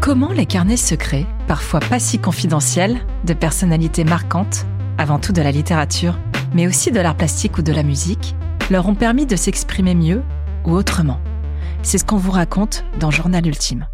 Comment les carnets secrets, parfois pas si confidentiels, de personnalités marquantes, avant tout de la littérature, mais aussi de l'art plastique ou de la musique, leur ont permis de s'exprimer mieux ou autrement? C'est ce qu'on vous raconte dans Journal Ultime.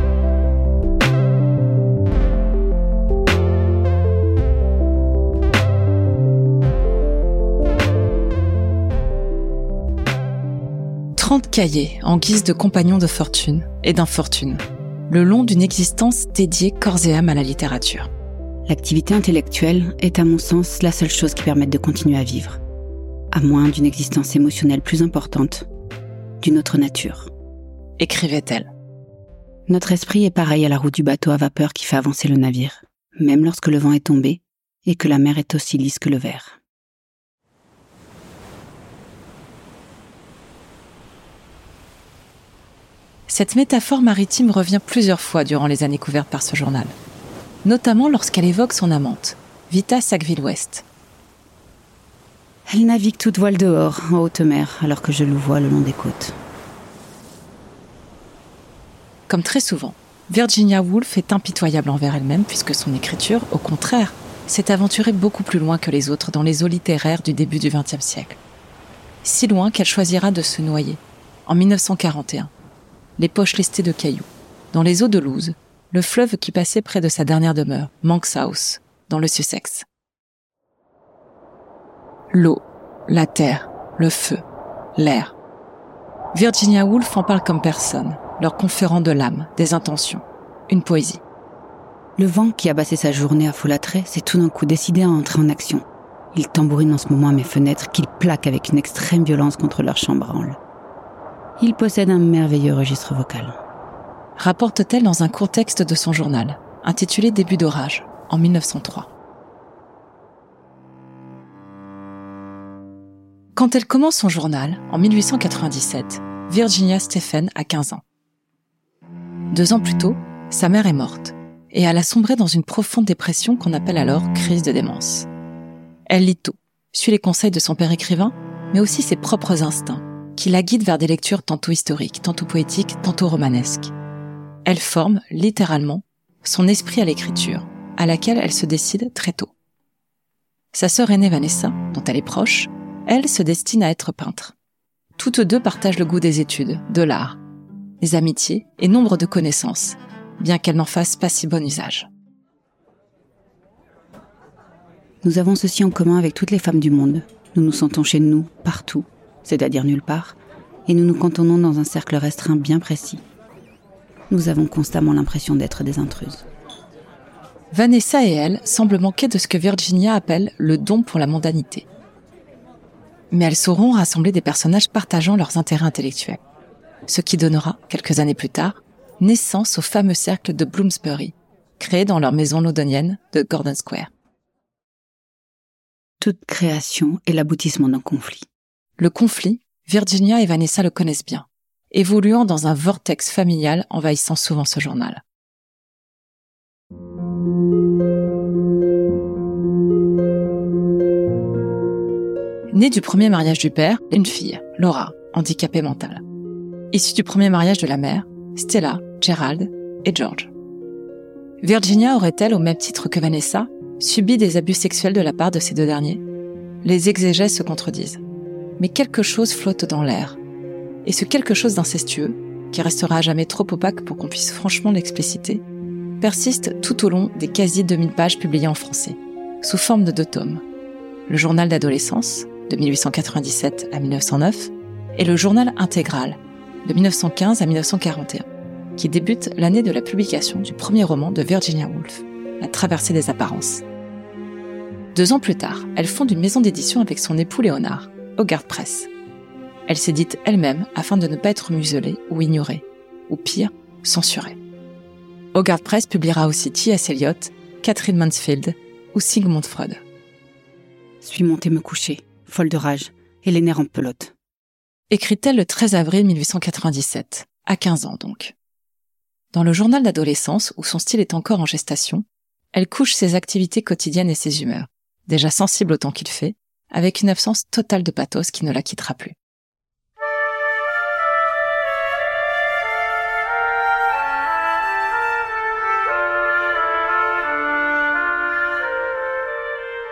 « 30 cahiers en guise de compagnons de fortune et d'infortune, le long d'une existence dédiée corps et âme à la littérature. » L'activité intellectuelle est à mon sens la seule chose qui permette de continuer à vivre, à moins d'une existence émotionnelle plus importante, d'une autre nature. Écrivait-elle. Notre esprit est pareil à la roue du bateau à vapeur qui fait avancer le navire, même lorsque le vent est tombé et que la mer est aussi lisse que le verre. Cette métaphore maritime revient plusieurs fois durant les années couvertes par ce journal, notamment lorsqu'elle évoque son amante, Vita Sackville-West. Elle navigue toute voile dehors, en haute mer, alors que je louvoie le long des côtes. Comme très souvent, Virginia Woolf est impitoyable envers elle-même puisque son écriture, au contraire, s'est aventurée beaucoup plus loin que les autres dans les eaux littéraires du début du XXe siècle. Si loin qu'elle choisira de se noyer, en 1941, les poches lestées de cailloux, dans les eaux de l'Ouse, le fleuve qui passait près de sa dernière demeure, Monk's House, dans le Sussex. L'eau, la terre, le feu, l'air. Virginia Woolf en parle comme personne, leur conférant de l'âme, des intentions, une poésie. Le vent qui abassait sa journée à folâtrer s'est tout d'un coup décidé à entrer en action. Il tambourine en ce moment à mes fenêtres qu'il plaque avec une extrême violence contre leur chambranle. Il possède un merveilleux registre vocal. Rapporte-t-elle dans un court texte de son journal, intitulé Début d'orage, en 1903. Quand elle commence son journal, en 1897, Virginia Stephen a 15 ans. 2 ans plus tôt, sa mère est morte, et elle a sombré dans une profonde dépression qu'on appelle alors crise de démence. Elle lit tout, suit les conseils de son père écrivain, mais aussi ses propres instincts, qui la guident vers des lectures tantôt historiques, tantôt poétiques, tantôt romanesques. Elle forme, littéralement, son esprit à l'écriture, à laquelle elle se décide très tôt. Sa sœur aînée Vanessa, dont elle est proche, elle se destine à être peintre. Toutes deux partagent le goût des études, de l'art, des amitiés et nombre de connaissances, bien qu'elles n'en fassent pas si bon usage. Nous avons ceci en commun avec toutes les femmes du monde. Nous nous sentons chez nous, partout, c'est-à-dire nulle part, et nous nous cantonnons dans un cercle restreint bien précis. Nous avons constamment l'impression d'être des intruses. Vanessa et elle semblent manquer de ce que Virginia appelle le don pour la mondanité. Mais elles sauront rassembler des personnages partageant leurs intérêts intellectuels, ce qui donnera, quelques années plus tard, naissance au fameux cercle de Bloomsbury, créé dans leur maison londonienne de Gordon Square. Toute création est l'aboutissement d'un conflit. Le conflit, Virginia et Vanessa le connaissent bien, évoluant dans un vortex familial envahissant souvent ce journal. Née du premier mariage du père, une fille, Laura, handicapée mentale. Issue du premier mariage de la mère, Stella, Gerald et George. Virginia aurait-elle, au même titre que Vanessa, subi des abus sexuels de la part de ces deux derniers? Les exégèses se contredisent. Mais quelque chose flotte dans l'air. Et ce quelque chose d'incestueux, qui restera à jamais trop opaque pour qu'on puisse franchement l'expliciter, persiste tout au long des quasi 2000 pages publiées en français, sous forme de 2 tomes. Le journal d'adolescence, de 1897 à 1909, et le journal intégral, de 1915 à 1941, qui débute l'année de la publication du premier roman de Virginia Woolf, La traversée des apparences. 2 ans plus tard, elle fonde une maison d'édition avec son époux Léonard, Hogarth Press. Elle s'édite elle-même afin de ne pas être muselée ou ignorée, ou pire, censurée. Hogarth Press publiera aussi T.S. Eliot, Catherine Mansfield ou Sigmund Freud. Suis montée me coucher, folle de rage, et les nerfs en pelote. Écrit-elle le 13 avril 1897, à 15 ans donc. Dans le journal d'adolescence, où son style est encore en gestation, elle couche ses activités quotidiennes et ses humeurs, déjà sensible au temps qu'il fait, avec une absence totale de pathos qui ne la quittera plus.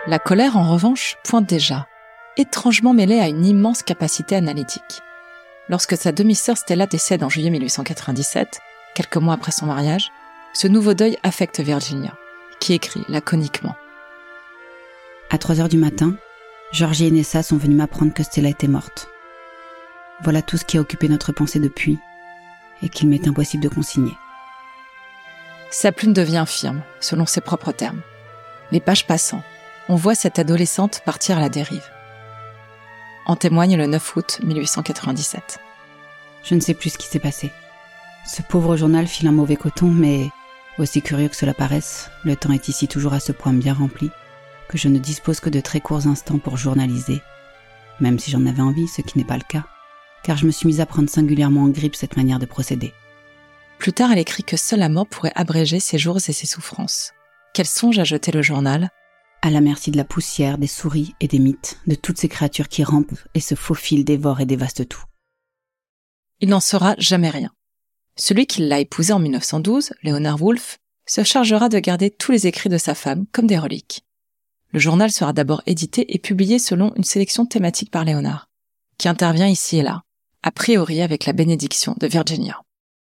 La colère, en revanche, pointe déjà, étrangement mêlée à une immense capacité analytique. Lorsque sa demi-sœur Stella décède en juillet 1897, quelques mois après son mariage, ce nouveau deuil affecte Virginia, qui écrit laconiquement. À 3h du matin, Georgie et Nessa sont venus m'apprendre que Stella était morte. Voilà tout ce qui a occupé notre pensée depuis, et qu'il m'est impossible de consigner. Sa plume devient firme, selon ses propres termes. Les pages passant, on voit cette adolescente partir à la dérive. En témoigne le 9 août 1897. Je ne sais plus ce qui s'est passé. Ce pauvre journal file un mauvais coton, mais aussi curieux que cela paraisse, le temps est ici toujours à ce point bien rempli que je ne dispose que de très courts instants pour journaliser, même si j'en avais envie, ce qui n'est pas le cas, car je me suis mise à prendre singulièrement en grippe cette manière de procéder. Plus tard, elle écrit que seule la mort pourrait abréger ses jours et ses souffrances. Qu'elle songe à jeter le journal à la merci de la poussière, des souris et des mythes, de toutes ces créatures qui rampent et se faufilent, dévorent et dévastent tout. Il n'en sera jamais rien. Celui qui l'a épousée en 1912, Leonard Woolf, se chargera de garder tous les écrits de sa femme comme des reliques. Le journal sera d'abord édité et publié selon une sélection thématique par Leonard, qui intervient ici et là, a priori avec la bénédiction de Virginia.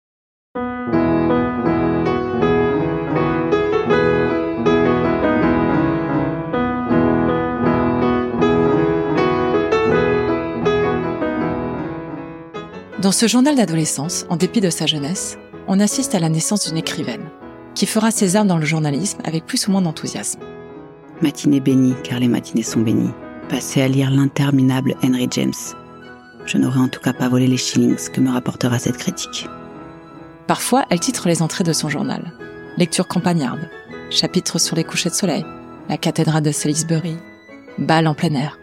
Dans ce journal d'adolescence, en dépit de sa jeunesse, on assiste à la naissance d'une écrivaine, qui fera ses armes dans le journalisme avec plus ou moins d'enthousiasme. Matinée bénie, car les matinées sont bénies. Passez à lire l'interminable Henry James. Je n'aurai en tout cas pas volé les shillings que me rapportera cette critique. Parfois, elle titre les entrées de son journal. Lecture campagnarde, chapitres sur les couchers de soleil, la cathédrale de Salisbury, bal en plein air.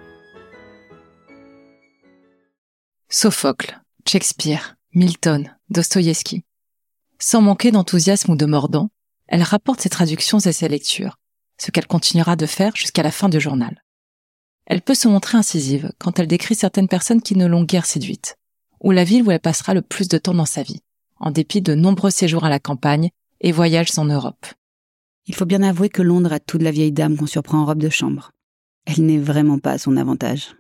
Sophocle, Shakespeare, Milton, Dostoïevski. Sans manquer d'enthousiasme ou de mordant, elle rapporte ses traductions et ses lectures, ce qu'elle continuera de faire jusqu'à la fin du journal. Elle peut se montrer incisive quand elle décrit certaines personnes qui ne l'ont guère séduite, ou la ville où elle passera le plus de temps dans sa vie, en dépit de nombreux séjours à la campagne et voyages en Europe. Il faut bien avouer que Londres a tout de la vieille dame qu'on surprend en robe de chambre. Elle n'est vraiment pas à son avantage.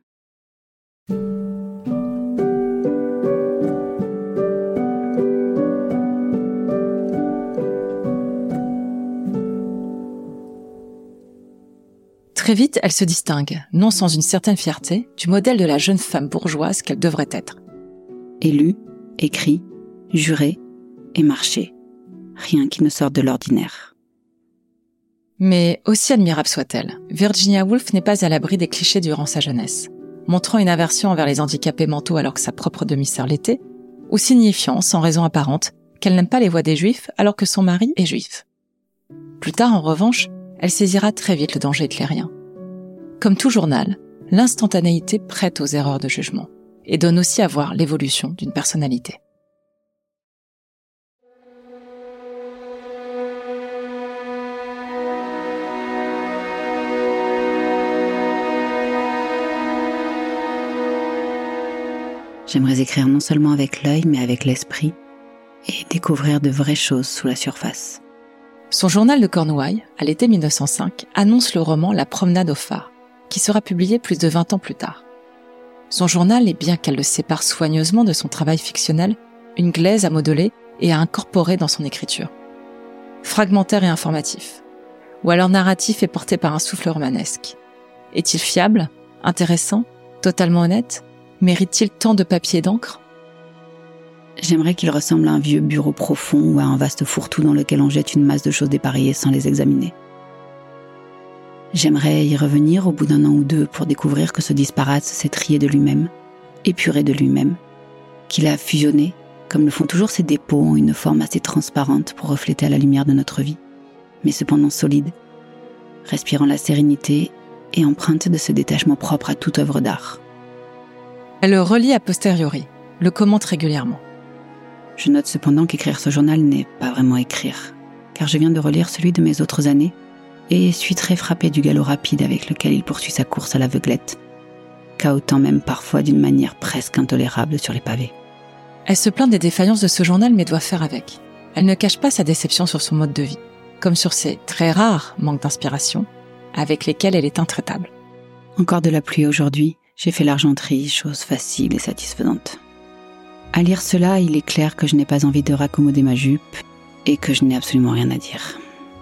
Très vite, elle se distingue, non sans une certaine fierté, du modèle de la jeune femme bourgeoise qu'elle devrait être. Élue, écrit, juré et marché. Rien qui ne sorte de l'ordinaire. Mais aussi admirable soit-elle, Virginia Woolf n'est pas à l'abri des clichés durant sa jeunesse, montrant une aversion envers les handicapés mentaux alors que sa propre demi-sœur l'était, ou signifiant, sans raison apparente, qu'elle n'aime pas les voix des Juifs alors que son mari est juif. Plus tard, en revanche, elle saisira très vite le danger hitlérien. Comme tout journal, l'instantanéité prête aux erreurs de jugement et donne aussi à voir l'évolution d'une personnalité. J'aimerais écrire non seulement avec l'œil, mais avec l'esprit, et découvrir de vraies choses sous la surface. Son journal de Cornouailles, à l'été 1905, annonce le roman La promenade au phare, qui sera publié plus de 20 ans plus tard. Son journal est, bien qu'elle le sépare soigneusement de son travail fictionnel, une glaise à modeler et à incorporer dans son écriture. Fragmentaire et informatif, ou alors narratif et porté par un souffle romanesque. Est-il fiable, intéressant, totalement honnête ? Mérite-t-il tant de papier et d'encre ? J'aimerais qu'il ressemble à un vieux bureau profond ou à un vaste fourre-tout dans lequel on jette une masse de choses dépareillées sans les examiner. J'aimerais y revenir au bout d'un an ou deux pour découvrir que ce disparate s'est trié de lui-même, épuré de lui-même, qu'il a fusionné, comme le font toujours ces dépôts, en une forme assez transparente pour refléter à la lumière de notre vie, mais cependant solide, respirant la sérénité et empreinte de ce détachement propre à toute œuvre d'art. Elle le relit a posteriori, le commente régulièrement. Je note cependant qu'écrire ce journal n'est pas vraiment écrire, car je viens de relire celui de mes autres années et suis très frappée du galop rapide avec lequel il poursuit sa course à l'aveuglette, cahotant même parfois d'une manière presque intolérable sur les pavés. Elle se plaint des défaillances de ce journal mais doit faire avec. Elle ne cache pas sa déception sur son mode de vie, comme sur ses très rares manques d'inspiration, avec lesquels elle est intraitable. Encore de la pluie aujourd'hui, j'ai fait l'argenterie, chose facile et satisfaisante. À lire cela, il est clair que je n'ai pas envie de raccommoder ma jupe et que je n'ai absolument rien à dire.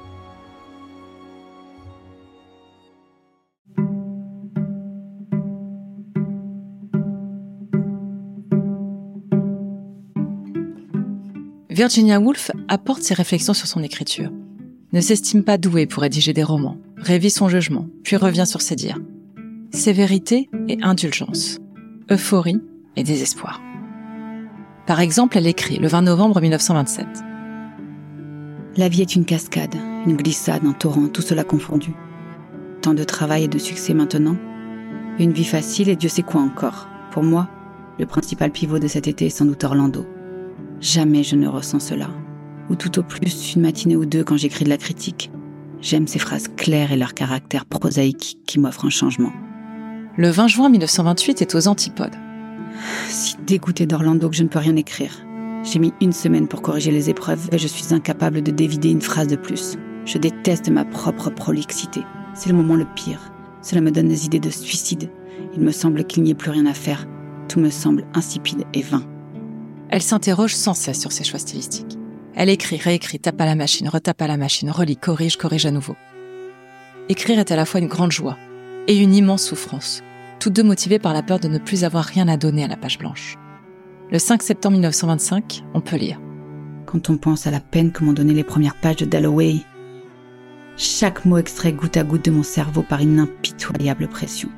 Virginia Woolf apporte ses réflexions sur son écriture. Ne s'estime pas douée pour rédiger des romans, révise son jugement, puis revient sur ses dires. Sévérité et indulgence, euphorie et désespoir. Par exemple, elle écrit le 20 novembre 1927. La vie est une cascade, une glissade, un torrent, tout cela confondu. Tant de travail et de succès maintenant. Une vie facile et Dieu sait quoi encore. Pour moi, le principal pivot de cet été est sans doute Orlando. Jamais je ne ressens cela. Ou tout au plus une matinée ou deux quand j'écris de la critique. J'aime ces phrases claires et leur caractère prosaïque qui m'offrent un changement. Le 20 juin 1928 est aux antipodes. Si dégoûtée d'Orlando que je ne peux rien écrire. J'ai mis 1 semaine pour corriger les épreuves et je suis incapable de dévider une phrase de plus. Je déteste ma propre prolixité. C'est le moment le pire. Cela me donne des idées de suicide. Il me semble qu'il n'y ait plus rien à faire. Tout me semble insipide et vain. Elle s'interroge sans cesse sur ses choix stylistiques. Elle écrit, réécrit, tape à la machine, retape à la machine, relit, corrige à nouveau. Écrire est à la fois une grande joie et une immense souffrance, toutes deux motivées par la peur de ne plus avoir rien à donner à la page blanche. Le 5 septembre 1925, on peut lire. Quand on pense à la peine que m'ont donné les premières pages de Dalloway, chaque mot extrait goutte à goutte de mon cerveau par une impitoyable pression.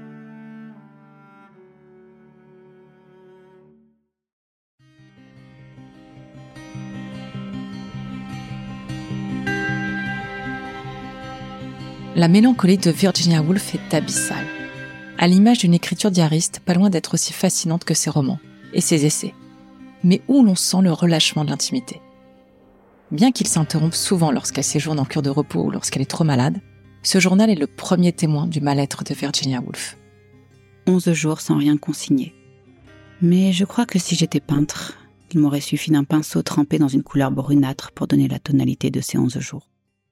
La mélancolie de Virginia Woolf est abyssale. À l'image d'une écriture diariste pas loin d'être aussi fascinante que ses romans et ses essais, mais où l'on sent le relâchement de l'intimité. Bien qu'il s'interrompe souvent lorsqu'elle séjourne en cure de repos ou lorsqu'elle est trop malade, ce journal est le premier témoin du mal-être de Virginia Woolf. 11 jours sans rien consigner. Mais je crois que si j'étais peintre, il m'aurait suffi d'un pinceau trempé dans une couleur brunâtre pour donner la tonalité de ces 11 jours.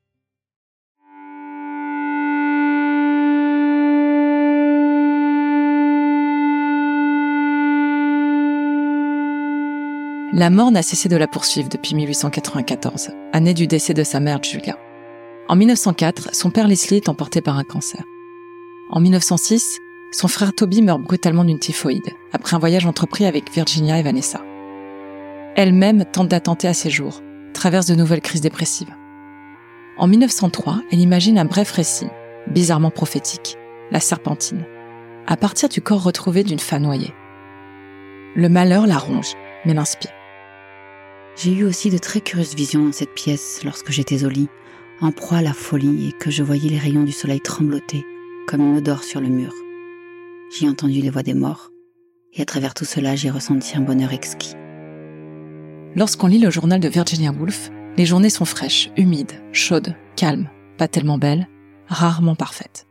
La mort n'a cessé de la poursuivre depuis 1894, année du décès de sa mère Julia. En 1904, son père Leslie est emporté par un cancer. En 1906, son frère Toby meurt brutalement d'une typhoïde, après un voyage entrepris avec Virginia et Vanessa. Elle-même tente d'attenter à ses jours, traverse de nouvelles crises dépressives. En 1903, elle imagine un bref récit, bizarrement prophétique, La Serpentine, à partir du corps retrouvé d'une femme noyée. Le malheur la ronge, mais l'inspire. J'ai eu aussi de très curieuses visions dans cette pièce lorsque j'étais au lit, en proie à la folie et que je voyais les rayons du soleil trembloter comme une odeur sur le mur. J'ai entendu les voix des morts et à travers tout cela, j'ai ressenti un bonheur exquis. Lorsqu'on lit le journal de Virginia Woolf, les journées sont fraîches, humides, chaudes, calmes, pas tellement belles, rarement parfaites.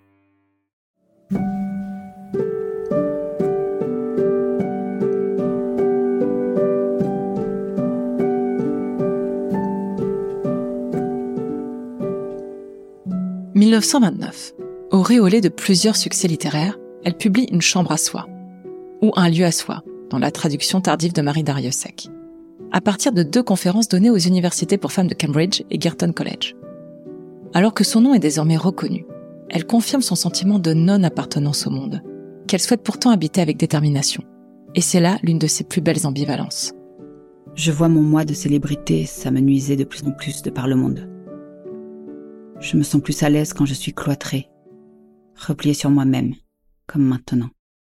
« 1929. Auréolée de plusieurs succès littéraires, elle publie Une chambre à soi, ou Un lieu à soi, dans la traduction tardive de Marie Darrieussecq, à partir de 2 conférences données aux universités pour femmes de Cambridge et Girton College. Alors que son nom est désormais reconnu, elle confirme son sentiment de non-appartenance au monde, qu'elle souhaite pourtant habiter avec détermination. Et c'est là l'une de ses plus belles ambivalences. Je vois mon moi de célébrité s'amenuiser de plus en plus de par le monde. Je me sens plus à l'aise quand je suis cloîtrée, repliée sur moi-même, comme maintenant.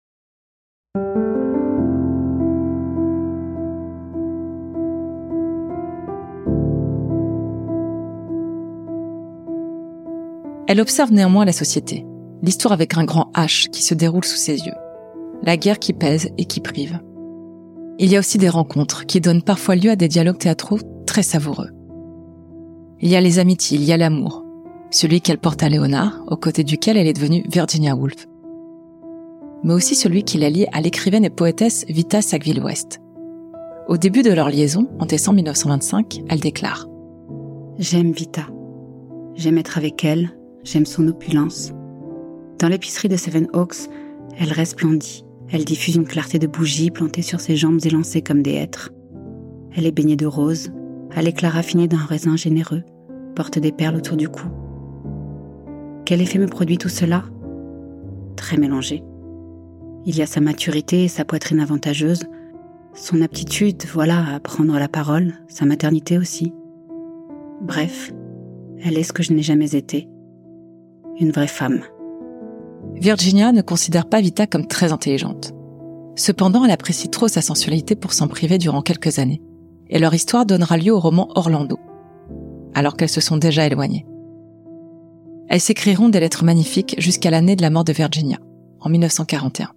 Elle observe néanmoins la société, l'histoire avec un grand H qui se déroule sous ses yeux, la guerre qui pèse et qui prive. Il y a aussi des rencontres qui donnent parfois lieu à des dialogues théâtraux très savoureux. Il y a les amitiés, il y a l'amour, celui qu'elle porte à Léonard, aux côtés duquel elle est devenue Virginia Woolf. Mais aussi celui qui la lie à l'écrivaine et poétesse Vita Sackville-West. Au début de leur liaison, en décembre 1925, elle déclare « J'aime Vita. J'aime être avec elle, J'aime son opulence. Dans l'épicerie de Seven Oaks, elle resplendit. Elle diffuse une clarté de bougie plantée sur ses jambes élancées comme des hêtres. Elle est baignée de rose, à l'éclat raffiné d'un raisin généreux, porte des perles autour du cou. Quel effet me produit tout cela ? Très mélangé. Il y a sa maturité et sa poitrine avantageuse, son aptitude, à prendre la parole, sa maternité aussi. Bref, elle est ce que je n'ai jamais été. Une vraie femme. Virginia ne considère pas Vita comme très intelligente. Cependant, elle apprécie trop sa sensualité pour s'en priver durant quelques années. Et leur histoire donnera lieu au roman Orlando, alors qu'elles se sont déjà éloignées. Elles s'écriront des lettres magnifiques jusqu'à l'année de la mort de Virginia, en 1941.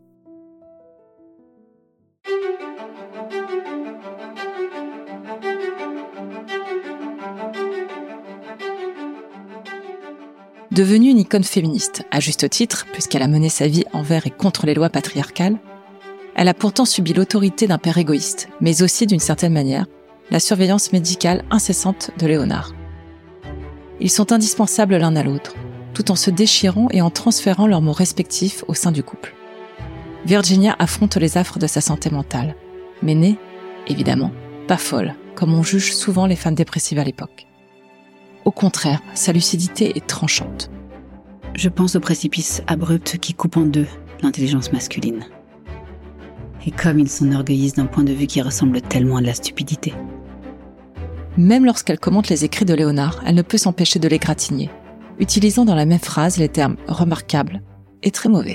Devenue une icône féministe, à juste titre, puisqu'elle a mené sa vie envers et contre les lois patriarcales, elle a pourtant subi l'autorité d'un père égoïste, mais aussi, d'une certaine manière, la surveillance médicale incessante de Léonard. Ils sont indispensables l'un à l'autre, tout en se déchirant et en transférant leurs maux respectifs au sein du couple. Virginia affronte les affres de sa santé mentale, mais n'est, évidemment, pas folle, comme on juge souvent les femmes dépressives à l'époque. Au contraire, sa lucidité est tranchante. Je pense au précipice abrupt qui coupe en deux l'intelligence masculine. Et comme ils s'enorgueillissent d'un point de vue qui ressemble tellement à de la stupidité. Même lorsqu'elle commente les écrits de Léonard, elle ne peut s'empêcher de l'égratigner, utilisant dans la même phrase les termes « remarquable » et « très mauvais ».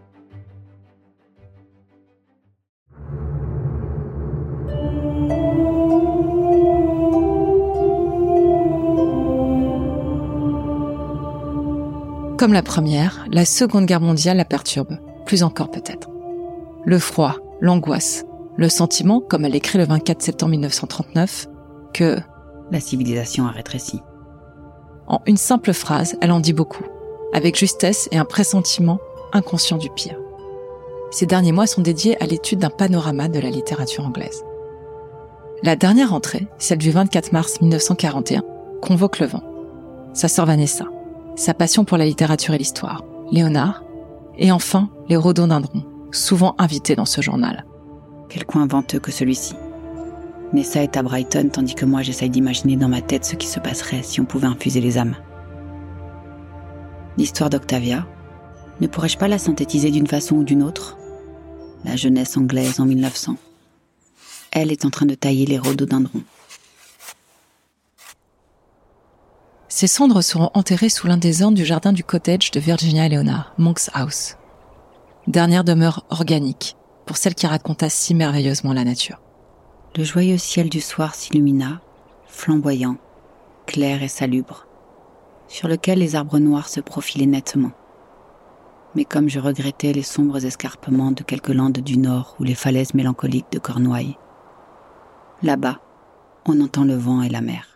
Comme la première, la Seconde Guerre mondiale la perturbe, plus encore peut-être. Le froid, l'angoisse, le sentiment, comme elle écrit le 24 septembre 1939, que la civilisation a rétréci. En une simple phrase, elle en dit beaucoup, avec justesse et un pressentiment inconscient du pire. Ces derniers mois sont dédiés à l'étude d'un panorama de la littérature anglaise. La dernière entrée, celle du 24 mars 1941, convoque le vent. Sa sœur Vanessa, sa passion pour la littérature et l'histoire, Léonard, et enfin les rhododendrons, souvent invités dans ce journal. Quel coin venteux que celui-ci. Nessa est à Brighton, tandis que moi j'essaye d'imaginer dans ma tête ce qui se passerait si on pouvait infuser les âmes. L'histoire d'Octavia, ne pourrais-je pas la synthétiser d'une façon ou d'une autre ? La jeunesse anglaise en 1900. Elle est en train de tailler les rhododendrons. Ses cendres seront enterrées sous l'un des ornes du jardin du cottage de Virginia et Léonard, Monk's House. Dernière demeure organique, pour celle qui raconta si merveilleusement la nature. Le joyeux ciel du soir s'illumina, flamboyant, clair et salubre, sur lequel les arbres noirs se profilaient nettement. Mais comme je regrettais les sombres escarpements de quelques landes du nord ou les falaises mélancoliques de Cornouailles, là-bas, on entend le vent et la mer.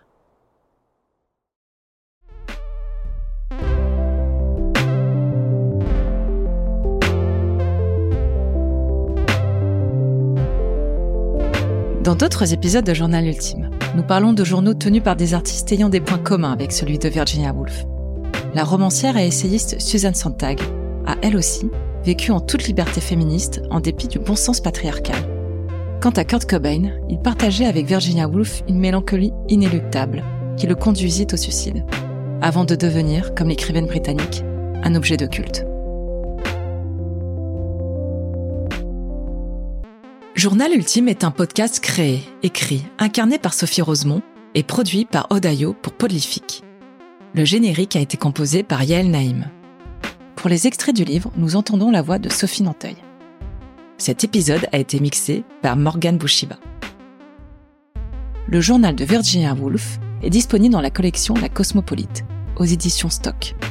Dans d'autres épisodes de Journal Ultime, nous parlons de journaux tenus par des artistes ayant des points communs avec celui de Virginia Woolf. La romancière et essayiste Susan Sontag a, elle aussi, vécu en toute liberté féministe en dépit du bon sens patriarcal. Quant à Kurt Cobain, il partageait avec Virginia Woolf une mélancolie inéluctable qui le conduisit au suicide, avant de devenir, comme l'écrivaine britannique, un objet de culte. Journal Ultime est un podcast créé, écrit, incarné par Sophie Rosemont et produit par Odayo pour Podlifique. Le générique a été composé par Yael Naïm. Pour les extraits du livre, nous entendons la voix de Sophie Nanteuil. Cet épisode a été mixé par Morgane Bouchiba. Le journal de Virginia Woolf est disponible dans la collection La Cosmopolite, aux éditions Stock.